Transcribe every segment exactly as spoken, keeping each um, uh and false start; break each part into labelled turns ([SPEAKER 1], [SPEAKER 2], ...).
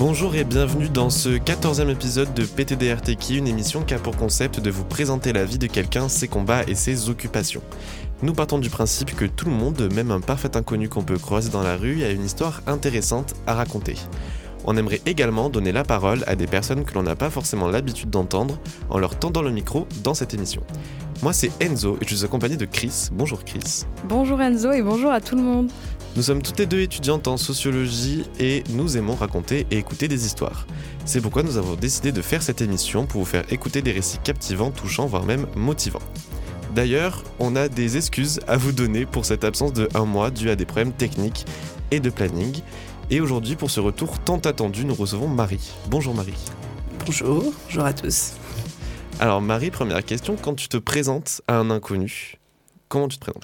[SPEAKER 1] Bonjour et bienvenue dans ce quatorzième épisode de P T D R T Q I, une émission qui a pour concept de vous présenter la vie de quelqu'un, ses combats et ses occupations. Nous partons du principe que tout le monde, même un parfait inconnu qu'on peut croiser dans la rue, a une histoire intéressante à raconter. On aimerait également donner la parole à des personnes que l'on n'a pas forcément l'habitude d'entendre en leur tendant le micro dans cette émission. Moi c'est Enzo et je suis accompagné de Chris. Bonjour Chris.
[SPEAKER 2] Bonjour Enzo et bonjour à tout le monde.
[SPEAKER 1] Nous sommes toutes les deux étudiantes en sociologie et nous aimons raconter et écouter des histoires. C'est pourquoi nous avons décidé de faire cette émission pour vous faire écouter des récits captivants, touchants, voire même motivants. D'ailleurs, on a des excuses à vous donner pour cette absence de un mois due à des problèmes techniques et de planning. Et aujourd'hui, pour ce retour tant attendu, nous recevons Marie. Bonjour Marie.
[SPEAKER 3] Bonjour, bonjour à tous.
[SPEAKER 1] Alors Marie, première question, quand tu te présentes à un inconnu, comment tu te présentes ?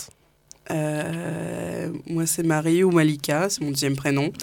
[SPEAKER 3] Euh, moi, c'est Marie ou Malika, c'est mon deuxième prénom.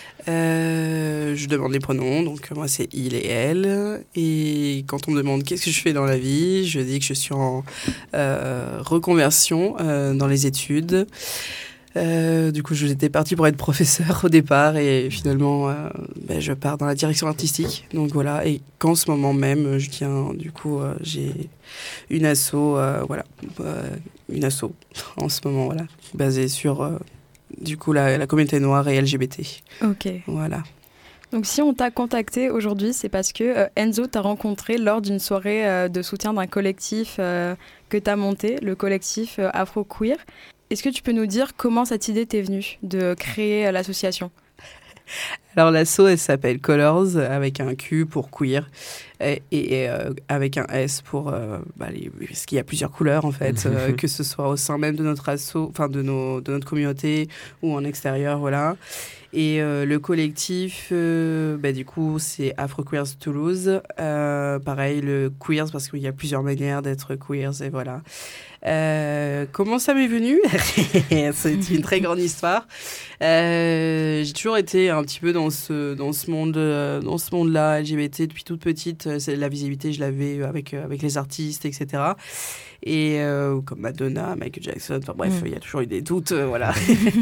[SPEAKER 3] Euh, je demande les pronoms, donc moi, c'est il et elle. Et quand on me demande qu'est-ce que je fais dans la vie, je dis que je suis en euh, reconversion euh, dans les études. Euh, du coup, j'étais partie pour être professeure au départ et finalement, euh, ben, je pars dans la direction artistique. Donc voilà, et qu'en ce moment même, je tiens, du coup, euh, j'ai une asso, euh, voilà, euh, une asso en ce moment, voilà, basée sur, euh, du coup, la, la communauté noire et L G B T.
[SPEAKER 2] Ok.
[SPEAKER 3] Voilà.
[SPEAKER 2] Donc si on t'a contacté aujourd'hui, c'est parce que euh, Enzo t'a rencontré lors d'une soirée euh, de soutien d'un collectif euh, que t'as monté, le collectif euh, Afro-Queer. Est-ce que tu peux nous dire comment cette idée t'est venue de créer euh, l'association ?
[SPEAKER 3] Alors l'asso, elle s'appelle Colors avec un Q pour queer et, et euh, avec un S pour euh, bah, les, parce qu'il y a plusieurs couleurs en fait, euh, que ce soit au sein même de notre asso, enfin de nos de notre communauté ou en extérieur, voilà. Et euh, le collectif, euh, bah, du coup, c'est Afro-Queers Toulouse. Euh, pareil, le queers, parce qu'il y a plusieurs manières d'être queers, et voilà. Euh, comment ça m'est venu ? C'est une très grande histoire. Euh, j'ai toujours été un petit peu dans ce, dans ce monde, dans ce monde-là, L G B T, depuis toute petite. C'est, la visibilité, je l'avais avec, avec les artistes, et cetera. Et euh, comme Madonna, Michael Jackson, enfin bref, il mmh. y a toujours eu des doutes, euh, voilà.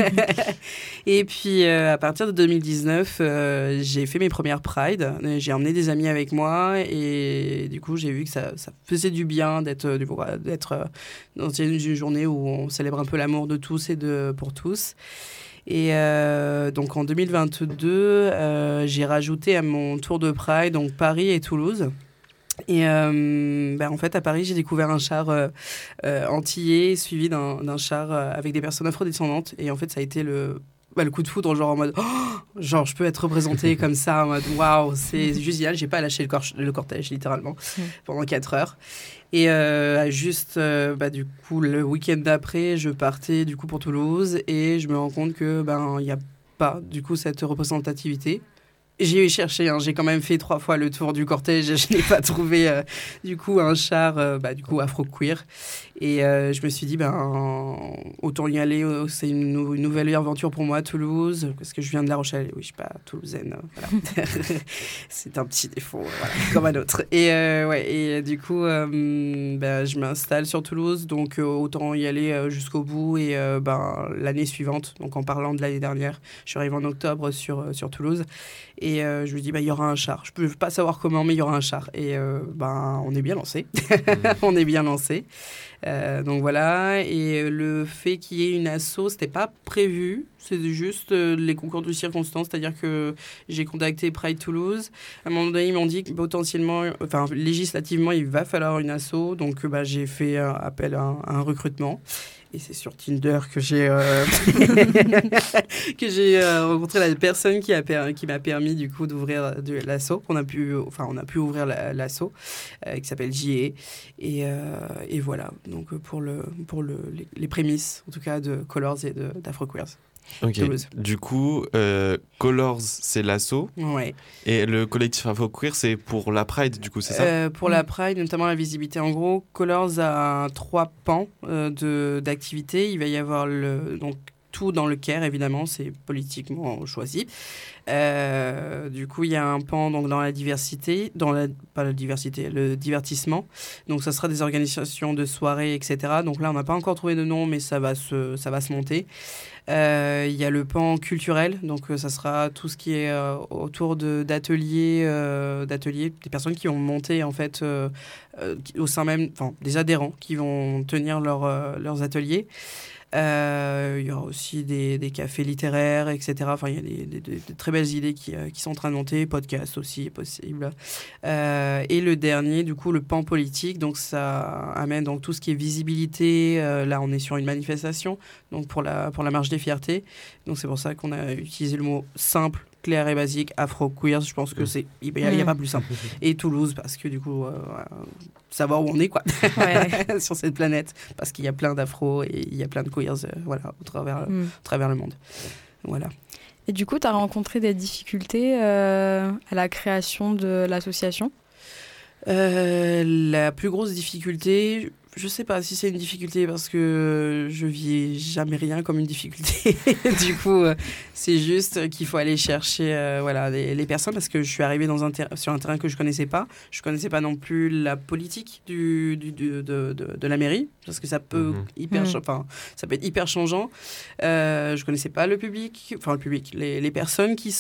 [SPEAKER 3] Et puis euh, à partir de deux mille dix-neuf, euh, j'ai fait mes premières Pride, j'ai emmené des amis avec moi et du coup j'ai vu que ça, ça faisait du bien d'être, d'être dans une journée où on célèbre un peu l'amour de tous et de, pour tous. Et euh, donc en deux mille vingt-deux, euh, j'ai rajouté à mon tour de Pride donc Paris et Toulouse. Et euh, ben en fait, à Paris, j'ai découvert un char euh, euh, antillais suivi d'un, d'un char euh, avec des personnes afrodescendantes. Et en fait, ça a été le, bah, le coup de foudre, genre en mode, oh, genre, je peux être représentée comme ça, en mode, waouh, c'est juste génial. J'ai pas lâché le, cor- le cortège, littéralement, mmh. pendant quatre heures. Et euh, juste, euh, bah, du coup, le week-end d'après, je partais du coup pour Toulouse et je me rends compte que ben il y a pas du coup cette représentativité. J'ai cherché, hein, j'ai quand même fait trois fois le tour du cortège, je n'ai pas trouvé euh, du coup un char euh, bah, du coup afro-queer. Et euh, je me suis dit, ben, autant y aller, euh, c'est une, nou- une nouvelle aventure pour moi à Toulouse, parce que je viens de La Rochelle, et oui, je ne suis pas toulousaine, voilà. C'est un petit défaut, voilà, comme un autre. Et, euh, ouais, et du coup, euh, ben, je m'installe sur Toulouse, donc euh, autant y aller euh, jusqu'au bout. Et euh, ben, l'année suivante, donc en parlant de l'année dernière, je suis arrivée en octobre sur, euh, sur Toulouse. Et euh, je me dis, bah, il y aura un char. Je ne peux pas savoir comment, mais il y aura un char. Et euh, ben, on est bien lancé. on est bien lancé. Euh, donc voilà. Et le fait qu'il y ait une asso, ce n'était pas prévu. C'est juste euh, les concours de circonstances. C'est-à-dire que j'ai contacté Pride Toulouse. À un moment donné, ils m'ont dit que potentiellement, enfin, législativement, il va falloir une asso. Donc bah, j'ai fait euh, appel à un, à un recrutement. Et c'est sur Tinder que j'ai, euh, que j'ai euh, rencontré la personne qui, a per- qui m'a permis du coup d'ouvrir de l'asso. On a pu, enfin, on a pu ouvrir la, l'asso euh, qui s'appelle J A. Et, euh, et voilà, donc pour, le, pour le, les, les prémices, en tout cas, de Colors et de, d'Afro-Queers.
[SPEAKER 1] Ok, Toulouse. Du coup, euh, Colors, c'est l'asso.
[SPEAKER 3] Ouais.
[SPEAKER 1] Et le collectif Afro-Queer, c'est pour la Pride, du coup, c'est ça
[SPEAKER 3] euh, Pour mmh. la Pride, notamment la visibilité. En gros, Colors a trois pans euh, de, d'activité. Il va y avoir le, donc, tout dans le Caire, évidemment, c'est politiquement choisi. Euh, du coup, il y a un pan donc, dans la diversité, dans la, pas la diversité, le divertissement. Donc, ça sera des organisations de soirées, et cetera. Donc là, on n'a pas encore trouvé de nom, mais ça va se, ça va se monter. Euh, il y a le pan culturel, donc euh, ça sera tout ce qui est euh, autour de, d'ateliers, euh, d'ateliers, des personnes qui vont monter en fait euh, euh, au sein même, enfin des adhérents qui vont tenir leur, euh, leurs ateliers. Euh, il y aura aussi des, des cafés littéraires, et cetera. Enfin, il y a des, des, des, des très belles idées qui, euh, qui sont en train de monter, podcast aussi possible. Euh, et le dernier, du coup, le pan politique. Donc, ça amène donc tout ce qui est visibilité. Euh, là, on est sur une manifestation, donc pour la pour la marche des fiertés. Donc, c'est pour ça qu'on a utilisé le mot simple, clair et basique, afro-queer. Je pense que c'est il n'y a, a pas plus simple. Et Toulouse, parce que du coup, euh, savoir où on est quoi, ouais. sur cette planète, parce qu'il y a plein d'afro et il y a plein de queers, euh, voilà, au travers, mm. au travers le monde. Voilà.
[SPEAKER 2] Et du coup, tu as rencontré des difficultés euh, à la création de l'association ?
[SPEAKER 3] euh, La plus grosse difficulté, je sais pas si c'est une difficulté parce que je vis jamais rien comme une difficulté. Du coup, euh, c'est juste qu'il faut aller chercher euh, voilà, les, les personnes parce que je suis arrivée dans un ter- sur un terrain que je connaissais pas. Je connaissais pas non plus la politique du, du, du, de, de, de la mairie parce que ça peut, mmh. hyper, mmh. enfin, ça peut être hyper changeant. Euh, je connaissais pas le public, enfin le public, les, les personnes qui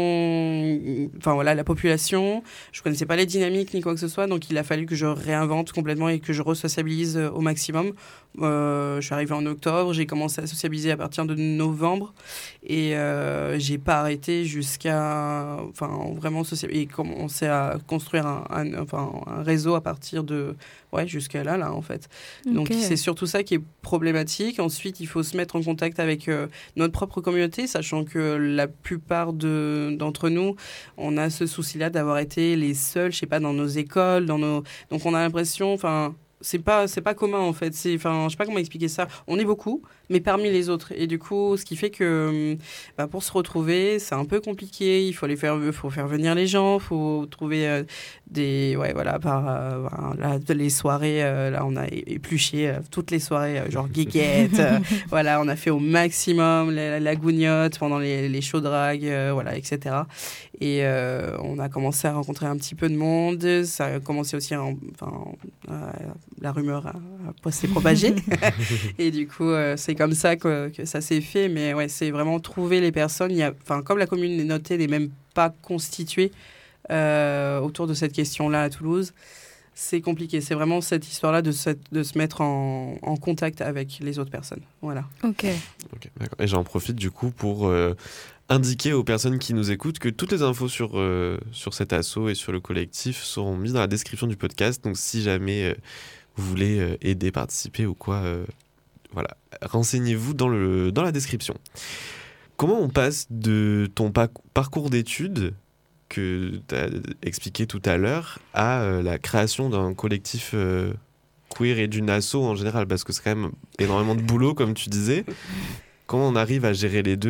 [SPEAKER 3] sont, enfin voilà, la population. Je connaissais pas les dynamiques ni quoi que ce soit. Donc il a fallu que je réinvente complètement et que je re-sociabilise au maximum. Euh, je suis arrivée en octobre, j'ai commencé à sociabiliser à partir de novembre et euh, j'ai pas arrêté jusqu'à enfin vraiment sociabiliser et commencer à construire un, un, enfin, un réseau à partir de ouais jusqu'à là là en fait. Okay. Donc c'est surtout ça qui est problématique. Ensuite il faut se mettre en contact avec euh, notre propre communauté, sachant que la plupart de d'entre nous on a ce souci là d'avoir été les seuls, je sais pas, dans nos écoles, dans nos donc on a l'impression enfin c'est pas c'est pas commun en fait, c'est enfin je sais pas comment expliquer ça, on est beaucoup mais parmi les autres et du coup ce qui fait que bah, pour se retrouver c'est un peu compliqué, il faut les faire faut faire venir les gens, faut trouver euh, des ouais voilà par euh, là, les soirées euh, là on a épluché euh, toutes les soirées euh, genre guéguettes euh, voilà on a fait au maximum la, la gougnotte pendant les, les shows drag euh, voilà etc et euh, on a commencé à rencontrer un petit peu de monde, ça a commencé aussi à, enfin à, la rumeur a, a s'est propagée et du coup euh, c'est comme ça que, que ça s'est fait mais ouais c'est vraiment trouver les personnes. Il y a enfin comme la commune est notée n'est même pas constituée euh, autour de cette question là à Toulouse, c'est compliqué, c'est vraiment cette histoire là de se, de se mettre en, en contact avec les autres personnes. Voilà.
[SPEAKER 2] Ok,
[SPEAKER 1] okay, d'accord. Et j'en profite du coup pour euh, indiquer aux personnes qui nous écoutent que toutes les infos sur, euh, sur cet asso et sur le collectif seront mises dans la description du podcast, donc si jamais euh, vous voulez euh, aider, participer ou quoi, euh, voilà, renseignez-vous dans, le, dans la description. Comment on passe de ton pa- parcours d'études que tu as expliqué tout à l'heure à euh, la création d'un collectif euh, queer et d'une asso en général, parce que c'est quand même énormément de boulot comme tu disais. Comment on arrive à gérer les deux ?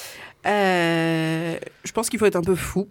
[SPEAKER 3] Euh, je pense qu'il faut être un peu fou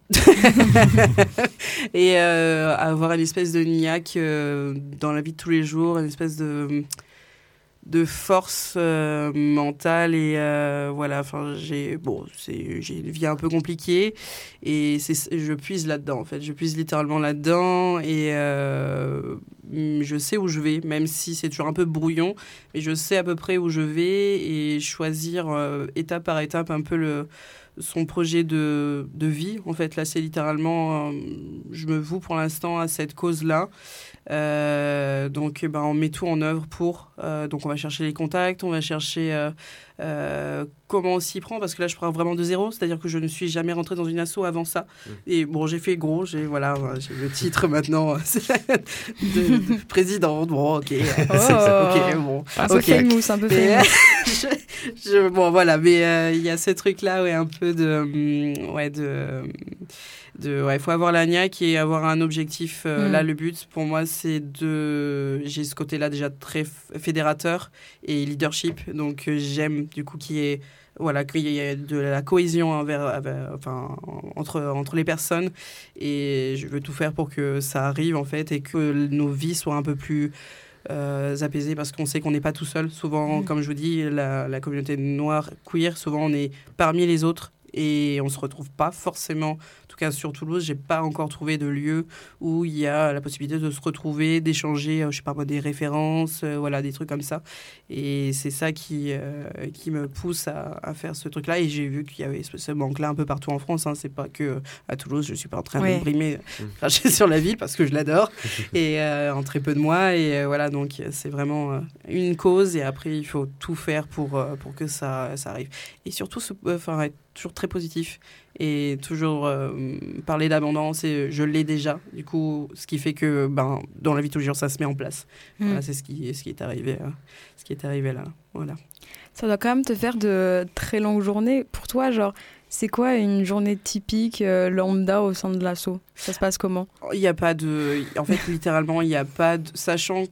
[SPEAKER 3] et euh, avoir une espèce de niaque euh, dans la vie de tous les jours, une espèce de de force euh, mentale et euh, voilà enfin j'ai bon c'est j'ai une vie un peu compliquée et c'est je puise là-dedans en fait je puise littéralement là-dedans et euh, je sais où je vais même si c'est toujours un peu brouillon mais je sais à peu près où je vais et choisir euh, étape par étape un peu le son projet de de vie en fait là c'est littéralement euh, je me voue pour l'instant à cette cause-là. Euh, donc ben, on met tout en œuvre pour euh, donc on va chercher les contacts, on va chercher euh, euh, comment on s'y prend parce que là je pars vraiment de zéro, c'est-à-dire que je ne suis jamais rentrée dans une asso avant ça mmh. et bon j'ai fait gros, j'ai voilà j'ai le titre maintenant de, de présidente, bon ok
[SPEAKER 2] oh.
[SPEAKER 3] ok bon
[SPEAKER 2] un peu
[SPEAKER 3] okay.
[SPEAKER 2] famous un peu famous
[SPEAKER 3] je, je, bon voilà mais il euh, y a ce truc là ouais un peu de um, ouais de de ouais faut avoir la niaque et avoir un objectif euh, mmh. là le but pour moi c'est de j'ai ce côté là déjà très fédérateur et leadership donc euh, j'aime du coup qu'il y ait voilà qu'il y ait de la cohésion envers, envers, enfin entre entre les personnes et je veux tout faire pour que ça arrive en fait et que nos vies soient un peu plus euh, apaisé parce qu'on sait qu'on n'est pas tout seul. Souvent, mmh. comme je vous dis, la, la communauté noire queer, souvent on est parmi les autres et on ne se retrouve pas forcément. En tout cas, sur Toulouse, je n'ai pas encore trouvé de lieu où il y a la possibilité de se retrouver, d'échanger, je ne sais pas moi, des références, euh, voilà, des trucs comme ça. Et c'est ça qui, euh, qui me pousse à, à faire ce truc-là. Et j'ai vu qu'il y avait ce, ce manque-là un peu partout en France. Hein. Ce n'est pas que à Toulouse, je ne suis pas en train oui. de brimer, cracher sur la ville parce que je l'adore, et euh, en très peu de mois. Et euh, voilà, donc c'est vraiment euh, une cause. Et après, il faut tout faire pour, euh, pour que ça, ça arrive. Et surtout, enfin, euh, être toujours très positif et toujours euh, parler d'abondance, et je l'ai déjà, du coup, ce qui fait que ben, dans la vie de tous les jours ça se met en place. mmh. Voilà, c'est ce qui, ce qui est arrivé euh, ce qui est arrivé là, voilà.
[SPEAKER 2] Ça doit quand même te faire de très longues journées pour toi, genre c'est quoi une journée typique euh, lambda au sein de l'asso? Ça se passe comment? Il
[SPEAKER 3] n'y a pas de, en fait littéralement il n'y a pas de, sachant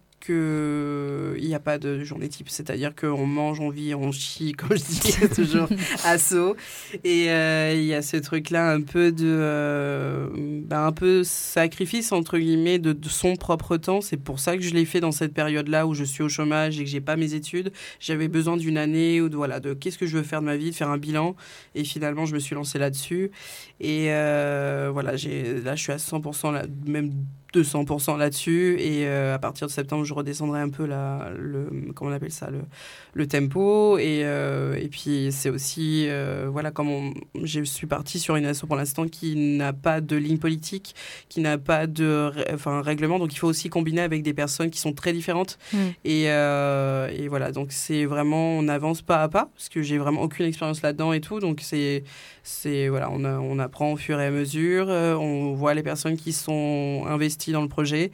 [SPEAKER 3] qu'il n'y a pas de journée type, c'est-à-dire qu'on mange, on vit, on chie, comme je dis toujours, asso. Et il euh, y a ce truc-là un peu de euh, ben un peu sacrifice, entre guillemets, de, de son propre temps. C'est pour ça que je l'ai fait dans cette période-là où je suis au chômage et que je n'ai pas mes études. J'avais besoin d'une année ou de, voilà, de qu'est-ce que je veux faire de ma vie, de faire un bilan. Et finalement, je me suis lancée là-dessus. Et euh, voilà, j'ai, là, je suis à cent pour cent, là, même deux cents pour cent là-dessus, et euh, à partir de septembre je redescendrai un peu la, le, comment on appelle ça, le, le tempo, et, euh, et puis c'est aussi euh, voilà, comme on, je suis partie sur une asso pour l'instant qui n'a pas de ligne politique, qui n'a pas de enfin, règlement, donc il faut aussi combiner avec des personnes qui sont très différentes. mmh. et, euh, et voilà, donc c'est vraiment, on avance pas à pas parce que j'ai vraiment aucune expérience là-dedans et tout, donc c'est, c'est voilà, on, a, on apprend au fur et à mesure, euh, on voit les personnes qui sont investies dans le projet,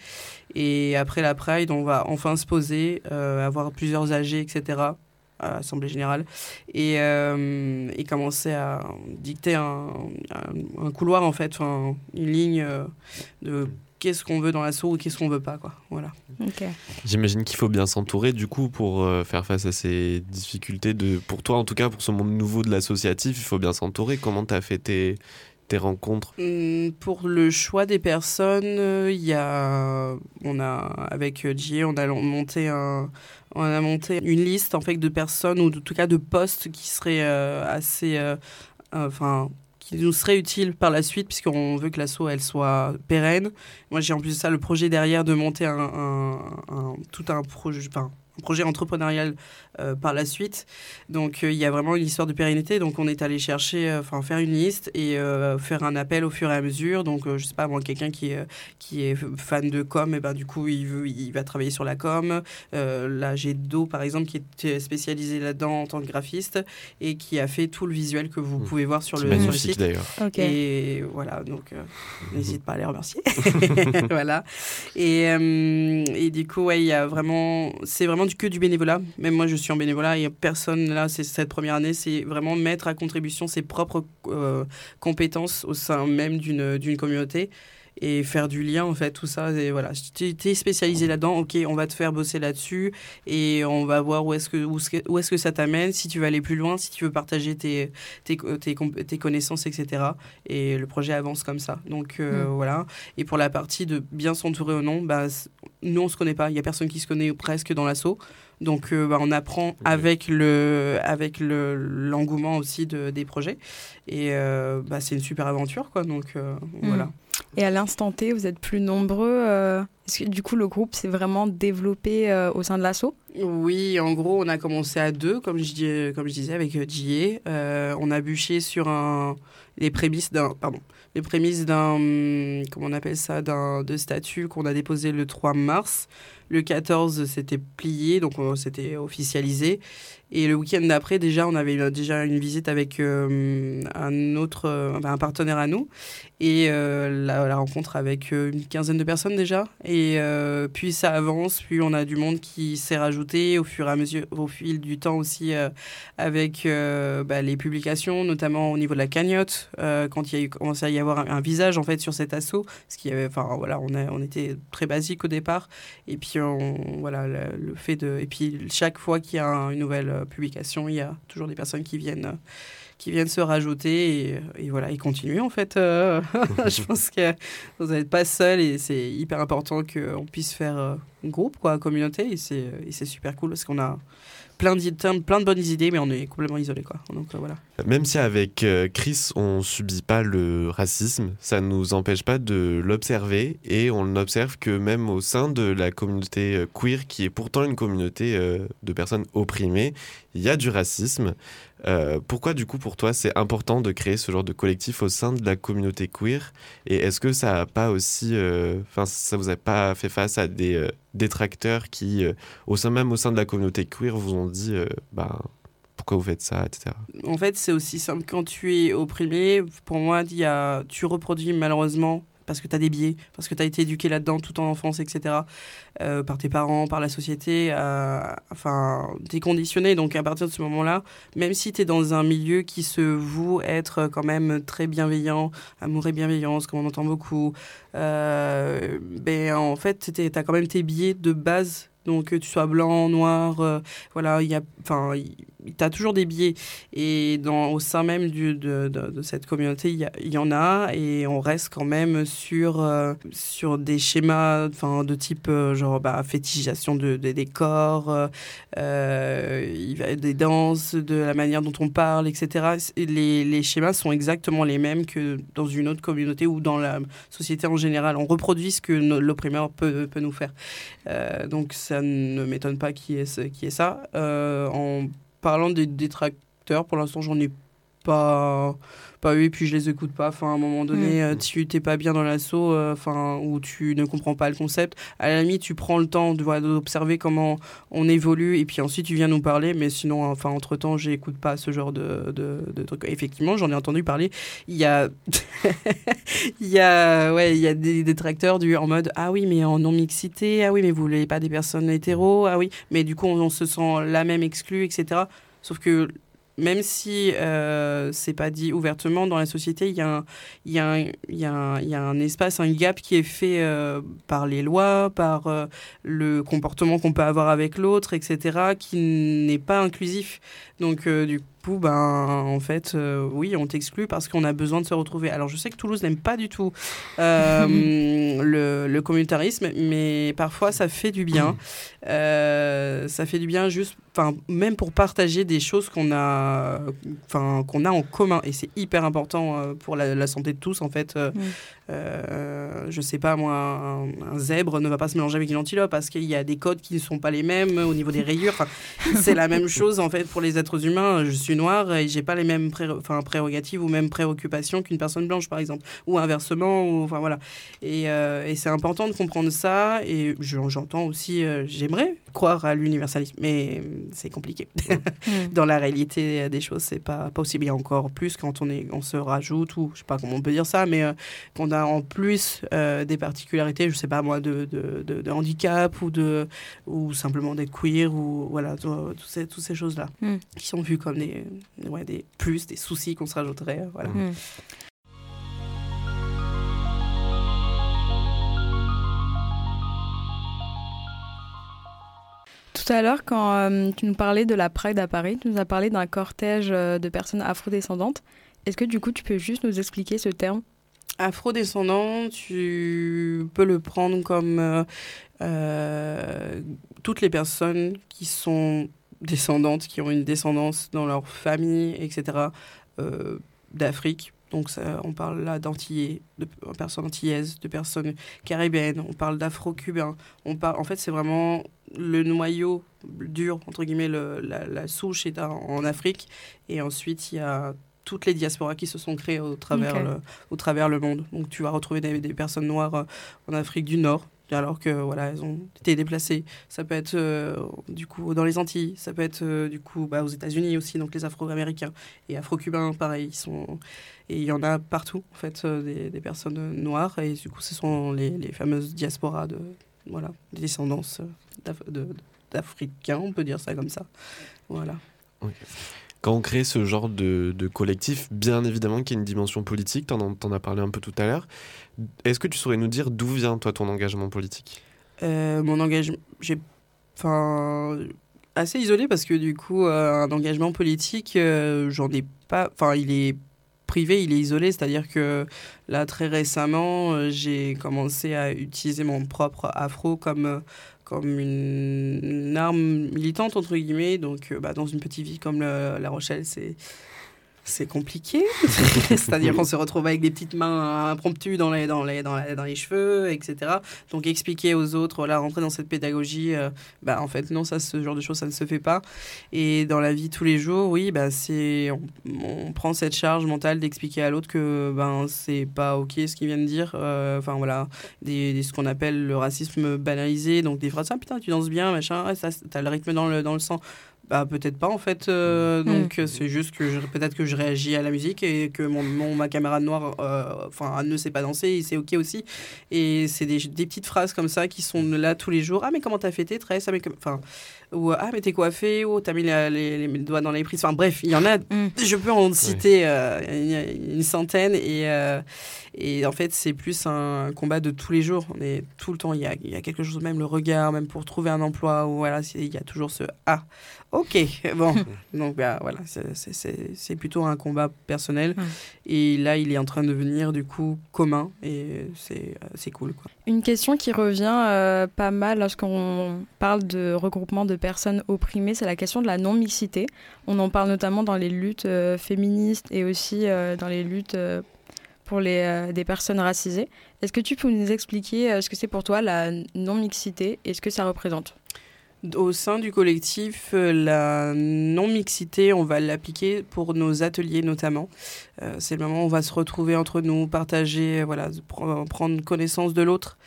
[SPEAKER 3] et après la Pride on va enfin se poser, euh, avoir plusieurs A G, etc., à l'Assemblée Générale, et, euh, et commencer à dicter un, un, un couloir en fait, enfin, une ligne euh, de qu'est-ce qu'on veut dans l'asso ou qu'est-ce qu'on veut pas, quoi. Voilà.
[SPEAKER 2] Okay.
[SPEAKER 1] J'imagine qu'il faut bien s'entourer du coup pour euh, faire face à ces difficultés de, pour toi en tout cas, pour ce monde nouveau de l'associatif, il faut bien s'entourer. Comment t'as fait tes tes rencontres?
[SPEAKER 3] Pour le choix des personnes, il euh, y a, on a, avec J A, on a monté un, on a monté une liste en fait de personnes, ou en tout cas de postes qui seraient euh, assez, euh, enfin, qui nous seraient utiles par la suite, puisqu'on veut que l'asso elle soit pérenne. Moi, j'ai en plus de ça le projet derrière de monter un, un, un tout un projet, enfin, un projet entrepreneurial euh, par la suite. Donc il euh, y a vraiment une histoire de pérennité. Donc on est allé chercher, enfin euh, faire une liste et euh, faire un appel au fur et à mesure. Donc euh, je sais pas moi, quelqu'un qui est qui est fan de com, et ben du coup il veut, il va travailler sur la com. Euh, là j'ai Do par exemple qui est spécialisé là-dedans en tant que graphiste et qui a fait tout le visuel que vous mmh. pouvez voir sur, le, sur le site.
[SPEAKER 1] D'ailleurs.
[SPEAKER 3] Okay. Et voilà, donc euh, n'hésite pas à les remercier. Voilà. Et euh, et du coup ouais, il y a vraiment, c'est vraiment du que du bénévolat. Même moi je suis en bénévolat, il y a personne là, c'est cette première année, c'est vraiment mettre à contribution ses propres euh, compétences au sein même d'une d'une communauté et faire du lien en fait, tout ça. Et voilà, tu es spécialisé là-dedans, ok, on va te faire bosser là-dessus et on va voir où est-ce que, où, où est-ce que ça t'amène, si tu veux aller plus loin, si tu veux partager tes, tes, tes, tes connaissances, et cetera. Et le projet avance comme ça. Donc euh, mmh. voilà. Et pour la partie de bien s'entourer ou non, bah, nous on se connaît pas, il y a personne qui se connaît presque dans l'asso. Donc euh, bah, on apprend okay. avec, le, avec le, l'engouement aussi de, des projets. Et euh, bah, c'est une super aventure, quoi. Donc euh, mmh. voilà.
[SPEAKER 2] Et à l'instant T, vous êtes plus nombreux. Euh... Est-ce que du coup, le groupe s'est vraiment développé euh, au sein de l'asso ?
[SPEAKER 3] Oui, en gros, on a commencé à deux, comme je, dis, comme je disais, avec J A. Euh, on a bûché sur un, les prémices d'un... Pardon. Les prémices d'un... Comment on appelle ça ? D'un, de statut qu'on a déposé le trois mars. Le quatorze, c'était plié, donc on, c'était officialisé. Et le week-end d'après, déjà, on avait déjà une visite avec euh, un autre, euh, un partenaire à nous. Et euh, la, la rencontre avec euh, une quinzaine de personnes déjà. Et euh, puis ça avance, puis on a du monde qui s'est rajouté au fur et à mesure, au fil du temps aussi, euh, avec euh, bah, les publications, notamment au niveau de la cagnotte, euh, quand il y a eu, commencé à y avoir un, un visage en fait sur cet asso, parce qu'il y avait, enfin voilà, on, a, on était très basique au départ. Et puis on, voilà, le, le fait de, et puis chaque fois qu'il y a un, une nouvelle publication, il y a toujours des personnes qui viennent. qui viennent se rajouter et, et voilà, et continuer en fait. Euh, je pense que vous n'êtes pas seul et c'est hyper important qu'on puisse faire euh, groupe, quoi, communauté, et c'est, et c'est super cool parce qu'on a plein de, plein de bonnes idées, mais on est complètement isolés, quoi. Donc euh, voilà.
[SPEAKER 1] Même si avec euh, Chris, on subit pas le racisme, ça nous empêche pas de l'observer, et on n'observe que même au sein de la communauté euh, queer, qui est pourtant une communauté euh, de personnes opprimées, il y a du racisme. Euh, pourquoi du coup pour toi c'est important de créer ce genre de collectif au sein de la communauté queer, et est-ce que ça a pas aussi, enfin euh, ça vous a pas fait face à des euh, détracteurs qui euh, au sein même au sein de la communauté queer vous ont dit euh, bah pourquoi vous faites ça, et cetera.
[SPEAKER 3] En fait, c'est aussi simple. Quand tu es opprimé, pour moi, il y a, tu reproduis malheureusement parce que tu as des biais, parce que tu as été éduqué là-dedans toute ton enfance, et cetera, euh, par tes parents, par la société. Euh, enfin, tu es conditionné. Donc, à partir de ce moment-là, même si tu es dans un milieu qui se voue être quand même très bienveillant, amour et bienveillance, comme on entend beaucoup, euh, ben, en fait, tu as quand même tes biais de base. Donc, que tu sois blanc, noir, euh, voilà, il y a, enfin, tu as toujours des biais. Et dans, au sein même du, de, de, de cette communauté, il y, y en a. Et on reste quand même sur, euh, sur des schémas de type euh, genre, bah, fétichisation de, de, des corps, euh, des danses, de la manière dont on parle, et cetera. Et les, les schémas sont exactement les mêmes que dans une autre communauté ou dans la société en général. On reproduit ce que no, l'opprimeur peut, peut nous faire. Euh, donc, ça ne m'étonne pas qu'il y ait, qu'il y ait ça. Euh, en parlant des détracteurs, pour l'instant, j'en ai pas, pas eu, et puis je les écoute pas. Enfin, à un moment donné, mmh. euh, tu t'es pas bien dans l'assaut, enfin, euh, ou tu ne comprends pas le concept. À la limite, tu prends le temps de, voilà, d'observer comment on évolue, et puis ensuite, tu viens nous parler. Mais sinon, enfin, entre-temps, j'écoute pas ce genre de, de, de trucs. Effectivement, j'en ai entendu parler. Il y a, il y a, ouais, il y a des détracteurs du, en mode, ah oui, mais en non-mixité, ah oui, mais vous voulez pas des personnes hétéros, ah oui. Mais du coup, on, on se sent la même exclue, et cetera. Sauf que même si euh, c'est pas dit ouvertement, dans la société, il y a un, il y a un, il y a un, il y a un espace, un gap qui est fait euh, par les lois, par euh, le comportement qu'on peut avoir avec l'autre, et cetera, qui n'est pas inclusif. Donc, euh, du coup, ben, en fait, euh, oui, on t'exclut parce qu'on a besoin de se retrouver. Alors, je sais que Toulouse n'aime pas du tout euh, le, le communautarisme, mais parfois, ça fait du bien. Euh, ça fait du bien juste, enfin, même pour partager des choses qu'on a, enfin, qu'on a en commun. Et c'est hyper important euh, pour la, la santé de tous, en fait. Euh, mm. euh, je sais pas, moi, un, un zèbre ne va pas se mélanger avec une antilope parce qu'il y a des codes qui ne sont pas les mêmes au niveau des rayures. Enfin, c'est la même chose, en fait, pour les êtres humains. Je suis noire et j'ai pas les mêmes pré- enfin, prérogatives ou mêmes préoccupations qu'une personne blanche, par exemple, ou inversement, ou enfin voilà. Et, euh, et c'est important de comprendre ça. Et je, j'entends aussi, euh, j'aimerais croire à l'universalisme, mais c'est compliqué. Dans la réalité des choses, c'est pas possible. Il y a encore plus quand on est, on se rajoute, ou je sais pas comment on peut dire ça, mais euh, qu'on a en plus euh, des particularités, je sais pas moi, de, de, de, de handicap ou de, ou simplement d'être queer, ou voilà, toutes ces, toutes ces choses là, mm. qui sont vues comme des, ouais, des plus, des soucis qu'on se rajouterait. Voilà. Mmh.
[SPEAKER 2] Tout à l'heure, quand euh, tu nous parlais de la Pride à Paris, tu nous as parlé d'un cortège euh, de personnes afrodescendantes. Est-ce que du coup, tu peux juste nous expliquer ce terme ?
[SPEAKER 3] Afrodescendant, tu peux le prendre comme euh, euh, toutes les personnes qui sont descendantes, qui ont une descendance dans leur famille, et cetera, euh, d'Afrique. Donc, ça, on parle là d'Antillais, de personnes antillaises, de personnes caribéennes, on parle d'afro-cubains. On parle, en fait, c'est vraiment le noyau dur, entre guillemets, le, la, la souche est en Afrique. Et ensuite, il y a toutes les diasporas qui se sont créées au travers, okay. le, au travers le monde. Donc, tu vas retrouver des, des personnes noires en Afrique du Nord, alors que voilà, elles ont été déplacées. Ça peut être euh, du coup dans les Antilles, ça peut être euh, du coup bah, aux États-Unis aussi, donc les Afro-Américains et Afro-Cubains, pareil, ils sont et il y en a partout en fait euh, des, des personnes noires, et du coup ce sont les, les fameuses diasporas de voilà, des descendances d'Af- de, d'Africains, on peut dire ça comme ça. Voilà.
[SPEAKER 1] Okay. Quand on crée ce genre de, de collectif, bien évidemment qu'il y a une dimension politique, t'en, t'en as parlé un peu tout à l'heure. Est-ce que tu saurais nous dire d'où vient, toi, ton engagement politique ?
[SPEAKER 3] euh, Mon engagement, j'ai, enfin, assez isolé parce que du coup, euh, un engagement politique, euh, j'en ai pas, enfin, il est privé, il est isolé, c'est-à-dire que là, très récemment, euh, j'ai commencé à utiliser mon propre afro comme... Euh, comme une, une arme militante, entre guillemets. Donc, euh, bah, dans une petite ville comme le, La Rochelle, c'est... C'est compliqué, c'est-à-dire qu'on se retrouve avec des petites mains impromptues dans les, dans les, dans les, dans les cheveux, et cetera. Donc expliquer aux autres, voilà, rentrer dans cette pédagogie, euh, bah, en fait non, ça, ce genre de choses, ça ne se fait pas. Et dans la vie tous les jours, oui, bah, c'est, on, on prend cette charge mentale d'expliquer à l'autre que ben, c'est pas ok ce qu'il vient de dire. Euh, enfin voilà, des, des, ce qu'on appelle le racisme banalisé, donc des phrases, ah putain, tu danses bien, machin, ouais, ça, t'as le rythme dans le, dans le sang. Bah, peut-être pas en fait, euh, mmh. donc mmh. c'est juste que je, peut-être que je réagis à la musique et que mon, mon ma camarade noire euh, enfin ne sait pas danser et c'est ok aussi, et c'est des, des petites phrases comme ça qui sont là tous les jours. Ah mais comment t'as fait tes tresses, ah, mais enfin, ou ah mais t'es coiffée, ou t'as mis la, les, les doigts dans les prises, enfin bref, il y en a, mmh. je peux en citer ouais. euh, une, une centaine, et euh, et en fait c'est plus un combat de tous les jours. On est tout le temps, il y a, il y a quelque chose, même le regard, même pour trouver un emploi, ou voilà, il y a toujours ce ah ok, bon, donc bah, voilà, c'est, c'est, c'est, c'est plutôt un combat personnel, ouais. Et là il est en train de devenir du coup commun, et c'est, c'est cool, quoi.
[SPEAKER 2] Une question qui revient euh, pas mal lorsqu'on parle de regroupement de personnes opprimées, c'est la question de la non-mixité. On en parle notamment dans les luttes euh, féministes et aussi euh, dans les luttes euh, pour les, euh, des personnes racisées. Est-ce que tu peux nous expliquer euh, ce que c'est pour toi la non-mixité et ce que ça représente ?
[SPEAKER 3] Au sein du collectif, la non-mixité, on va l'appliquer pour nos ateliers notamment. Euh, c'est le moment où on va se retrouver entre nous, partager, voilà, pr- prendre connaissance de l'autre.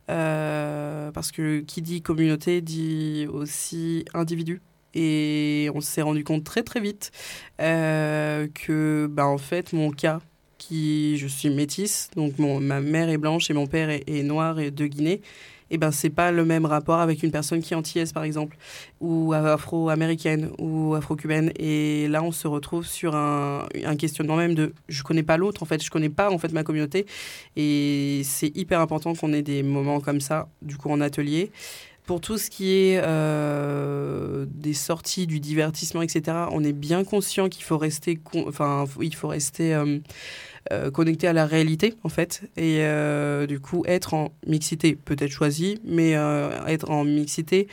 [SPEAKER 3] Euh, parce que qui dit communauté dit aussi individu. Et on s'est rendu compte très très vite euh, que, bah, en fait, mon cas, qui, je suis métisse, donc mon, ma mère est blanche et mon père est, est noir et de Guinée. Eh ben, c'est pas le même rapport avec une personne qui est antillaise, par exemple, ou afro-américaine, ou afro-cubaine. Et là, on se retrouve sur un, un questionnement même de « je connais pas l'autre, en fait, je connais pas en fait ma communauté ». Et c'est hyper important qu'on ait des moments comme ça, du coup, en atelier. Pour tout ce qui est euh, des sorties, du divertissement, et cetera, on est bien conscient qu'il faut rester, con- enfin, il faut rester euh, euh, connecté à la réalité, en fait. Et euh, du coup, être en mixité, peut-être choisi, mais euh, être en mixité,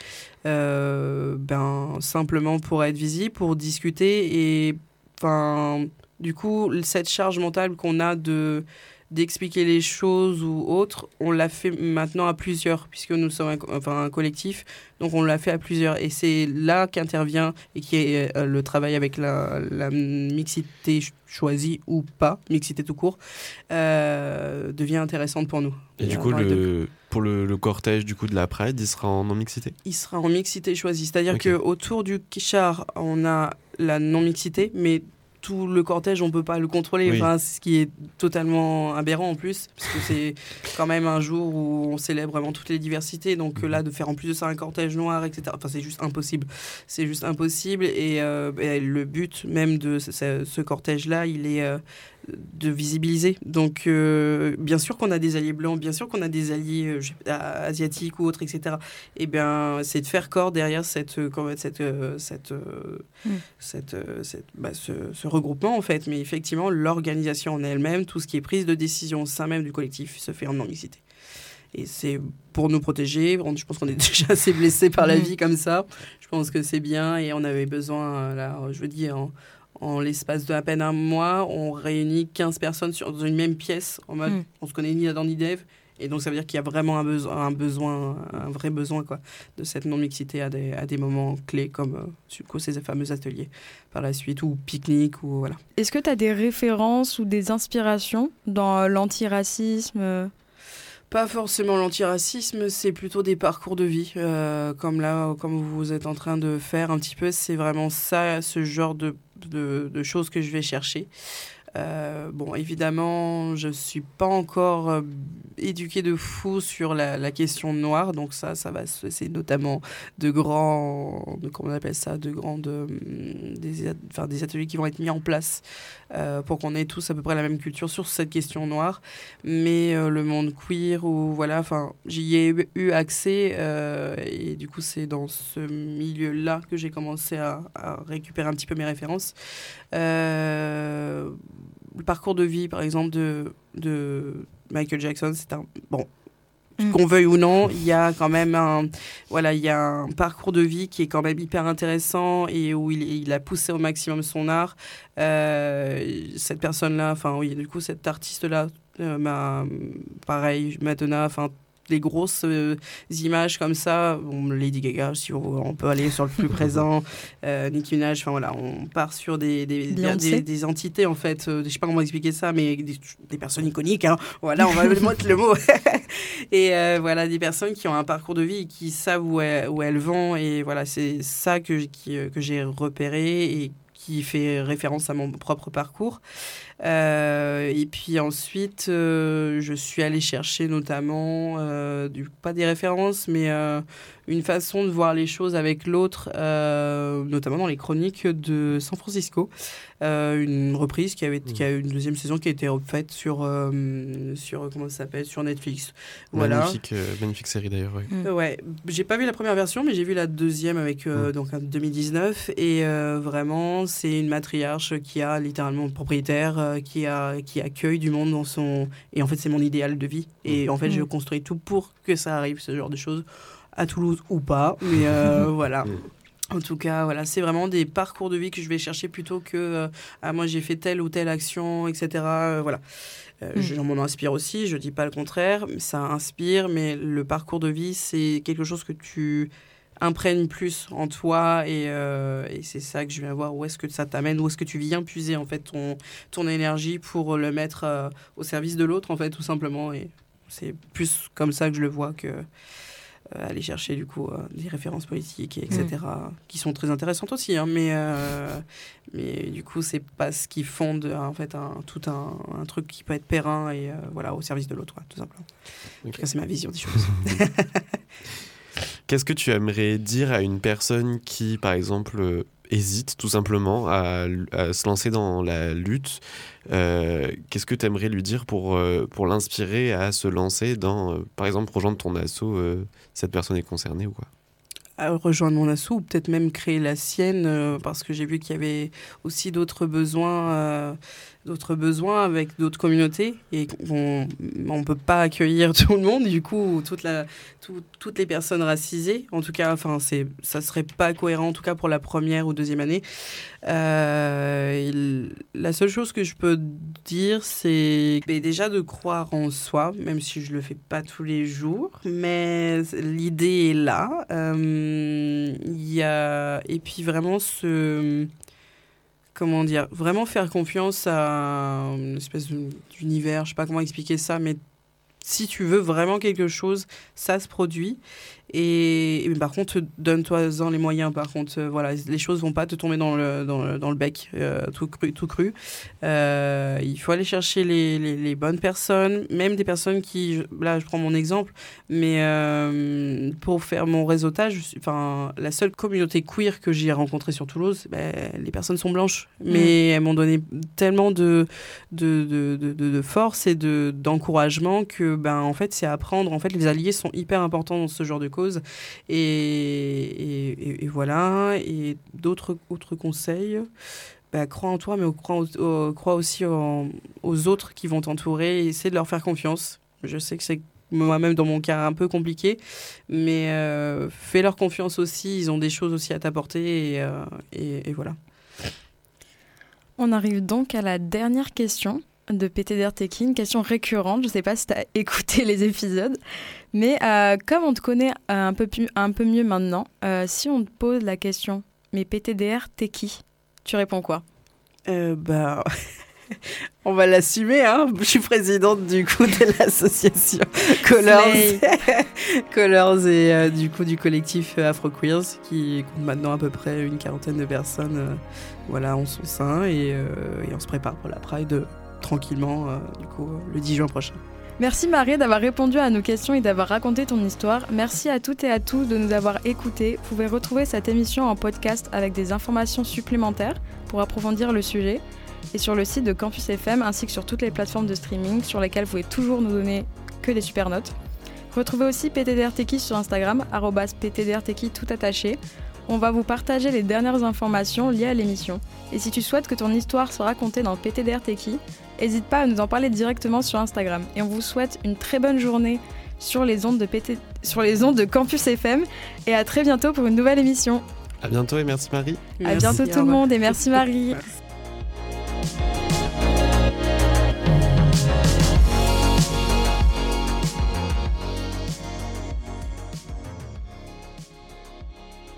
[SPEAKER 3] euh, ben, simplement pour être visible, pour discuter. Et enfin, du coup, cette charge mentale qu'on a de... d'expliquer les choses ou autres, on l'a fait maintenant à plusieurs, puisque nous sommes un, enfin, un collectif, donc on l'a fait à plusieurs. Et c'est là qu'intervient et qui est euh, le travail avec la, la mixité choisie ou pas, mixité tout court, euh, devient intéressante pour nous.
[SPEAKER 1] Et, et du coup, le, pour le, le cortège du coup, de la Pride, il sera en non-mixité ?
[SPEAKER 3] Il sera en mixité choisie, c'est-à-dire
[SPEAKER 1] okay.
[SPEAKER 3] qu'autour du char, on a la non-mixité, mais tout le cortège, on ne peut pas le contrôler, oui. Enfin, ce qui est totalement aberrant en plus, parce que c'est quand même un jour où on célèbre vraiment toutes les diversités, donc mmh. là, de faire en plus de ça un cortège noir, et cetera, enfin, c'est juste impossible. C'est juste impossible, et, euh, et le but même de ce, ce cortège-là, il est euh, de visibiliser. Donc, euh, bien sûr qu'on a des alliés blancs, bien sûr qu'on a des alliés euh, asiatiques ou autres, et cetera. Et bien, c'est de faire corps derrière cette, cette, cette, mmh. cette, cette, bah, ce, ce regroupement, en fait. Mais effectivement, l'organisation en elle-même, tout ce qui est prise de décision au sein même du collectif, se fait en non-mixité. Et c'est pour nous protéger. Je pense qu'on est déjà assez blessés par la vie comme ça. Je pense que c'est bien, et on avait besoin, là, je veux dire... En, En l'espace de à peine un mois, on réunit quinze personnes sur, dans une même pièce, en mode, mmh. on se connaît ni Adam ni Dave. Et donc, ça veut dire qu'il y a vraiment un besoin, un, besoin, un vrai besoin, quoi, de cette non-mixité à des, à des moments clés, comme euh, ces fameux ateliers par la suite, ou pique-nique, ou voilà.
[SPEAKER 2] Est-ce que tu as des références ou des inspirations dans l'antiracisme ?
[SPEAKER 3] Pas forcément l'antiracisme, c'est plutôt des parcours de vie, euh, comme là, comme vous êtes en train de faire un petit peu. C'est vraiment ça, ce genre de, de, de choses que je vais chercher. Euh, bon, évidemment, je suis pas encore euh, éduquée de fou sur la, la question noire, donc ça, ça va, c'est notamment de grands, de, comment on appelle ça, de grandes, euh, des, enfin, des ateliers qui vont être mis en place euh, pour qu'on ait tous à peu près la même culture sur cette question noire. Mais euh, le monde queer, ou voilà, enfin, j'y ai eu, eu accès, euh, et du coup, c'est dans ce milieu-là que j'ai commencé à, à récupérer un petit peu mes références. Euh, le parcours de vie, par exemple, de, de Michael Jackson, c'est un... Bon, Mmh. Qu'on veuille ou non, il y a quand même un, voilà, il y a un parcours de vie qui est quand même hyper intéressant et où il, il a poussé au maximum son art. Euh, cette personne-là, enfin oui, du coup, cette artiste-là, euh, m'a, pareil, Madonna, enfin, les grosses euh, images comme ça, bon, Lady Gaga, si on, on peut aller sur le plus présent, euh, Nicki Minaj, enfin voilà, on part sur des, des, des, des entités en fait, euh, je sais pas comment expliquer ça, mais des, des personnes iconiques, hein, voilà, on va mettre le mot, et euh, voilà, des personnes qui ont un parcours de vie, qui savent où elles, où elles vont, et voilà, c'est ça que, qui, que j'ai repéré et qui fait référence à mon propre parcours. Euh, et puis ensuite, euh, je suis allée chercher notamment, euh, du, pas des références, mais euh, une façon de voir les choses avec l'autre, euh, notamment dans les chroniques de San Francisco. Euh, une reprise qui, avait, qui a eu une deuxième saison qui a été refaite sur, euh, sur, comment ça s'appelle, sur Netflix. Voilà.
[SPEAKER 1] Magnifique, euh, magnifique série d'ailleurs. Ouais.
[SPEAKER 3] Mmh. Ouais, j'ai pas vu la première version, mais j'ai vu la deuxième avec euh, mmh. donc en deux mille dix-neuf. Et euh, vraiment, c'est une matriarche qui a littéralement un propriétaire, euh, qui, a, qui accueille du monde dans son... Et en fait, c'est mon idéal de vie. Et en fait, mmh. je construis tout pour que ça arrive, ce genre de choses, à Toulouse ou pas. Mais euh, voilà. Mmh. En tout cas, voilà, c'est vraiment des parcours de vie que je vais chercher plutôt que euh, ah, moi j'ai fait telle ou telle action, et cetera. Euh, voilà. Euh, mmh. Je m'en inspire aussi, je dis pas le contraire, ça inspire, mais le parcours de vie, c'est quelque chose que tu imprègnes plus en toi et, euh, et c'est ça que je viens voir où est-ce que ça t'amène, où est-ce que tu viens puiser en fait ton, ton énergie pour le mettre euh, au service de l'autre en fait tout simplement, et c'est plus comme ça que je le vois que Euh, aller chercher du coup euh, des références politiques et etc mmh. qui sont très intéressantes aussi hein, mais euh, mais du coup c'est pas ce qui fonde en fait un, tout un, un truc qui peut être périn et euh, voilà au service de l'autre ouais, tout simplement. Okay. En tout cas c'est ma vision des choses.
[SPEAKER 1] Qu'est-ce que tu aimerais dire à une personne qui par exemple euh, hésite tout simplement à, à se lancer dans la lutte? Euh, qu'est-ce que tu aimerais lui dire pour, euh, pour l'inspirer à se lancer dans, euh, par exemple, rejoindre ton asso, euh, cette personne est concernée ou quoi?
[SPEAKER 3] À rejoindre mon asso ou peut-être même créer la sienne euh, parce que j'ai vu qu'il y avait aussi d'autres besoins, euh, d'autres besoins avec d'autres communautés et on ne peut pas accueillir tout le monde, du coup, toute la, tout, toutes les personnes racisées. En tout cas, enfin, c'est, ça ne serait pas cohérent, en tout cas pour la première ou deuxième année. Euh, il, la seule chose que je peux dire, c'est mais déjà de croire en soi, même si je ne le fais pas tous les jours, mais l'idée est là. Euh, il y a... Et puis vraiment ce... Comment dire, vraiment faire confiance à une espèce d'univers, je sais pas comment expliquer ça, mais si tu veux vraiment quelque chose, ça se produit. Et, et par contre, donne-toi-en les moyens. Par contre, euh, voilà, les choses vont pas te tomber dans le, dans le, dans le bec, euh, tout cru. Tout cru. Euh, il faut aller chercher les, les, les bonnes personnes, même des personnes qui... Là, je prends mon exemple, mais euh, pour faire mon réseautage, enfin, la seule communauté queer que j'ai rencontrée sur Toulouse, ben, les personnes sont blanches. Mmh. Mais elles m'ont donné tellement de, de, de, de, de, de force et de, d'encouragement que, ben, en fait, c'est à apprendre. En fait, les alliés sont hyper importants dans ce genre de cause. Et, et, et voilà. Et d'autres autres conseils, bah, crois en toi, mais crois, au, crois aussi en, aux autres qui vont t'entourer et essaie de leur faire confiance. Je sais que c'est moi-même dans mon cas un peu compliqué, mais euh, fais-leur confiance aussi. Ils ont des choses aussi à t'apporter et, euh, et, et voilà.
[SPEAKER 2] On arrive donc à la dernière question de P T D R Techie, une question récurrente. Je ne sais pas si tu as écouté les épisodes, mais euh, comme on te connaît un peu, pu, un peu mieux maintenant, euh, si on te pose la question, mais P T D R Techie, tu réponds quoi?
[SPEAKER 3] euh, bah... On va l'assumer, hein. Je suis présidente du coup de l'association Colors, Colors et euh, du coup du collectif Afro-Queers qui compte maintenant à peu près une quarantaine de personnes, euh, voilà, en son sein et, euh, et on se prépare pour la Pride euh, tranquillement, euh, du coup euh, le dix juin prochain.
[SPEAKER 2] Merci Marie d'avoir répondu à nos questions et d'avoir raconté ton histoire. Merci à toutes et à tous de nous avoir écoutés. Vous pouvez retrouver cette émission en podcast avec des informations supplémentaires pour approfondir le sujet et sur le site de Campus F M ainsi que sur toutes les plateformes de streaming sur lesquelles vous pouvez toujours nous donner que des super notes. Retrouvez aussi P T D R Techie sur Instagram, arobase P T D R Techie tout attaché. On va vous partager les dernières informations liées à l'émission. Et si tu souhaites que ton histoire soit racontée dans P T D R Techie, n'hésite pas à nous en parler directement sur Instagram. Et on vous souhaite une très bonne journée sur les ondes de P T... sur les ondes de Campus F M et à très bientôt pour une nouvelle émission.
[SPEAKER 1] À bientôt et merci Marie.
[SPEAKER 2] Merci, à bientôt tout le monde et merci Marie.
[SPEAKER 3] Merci.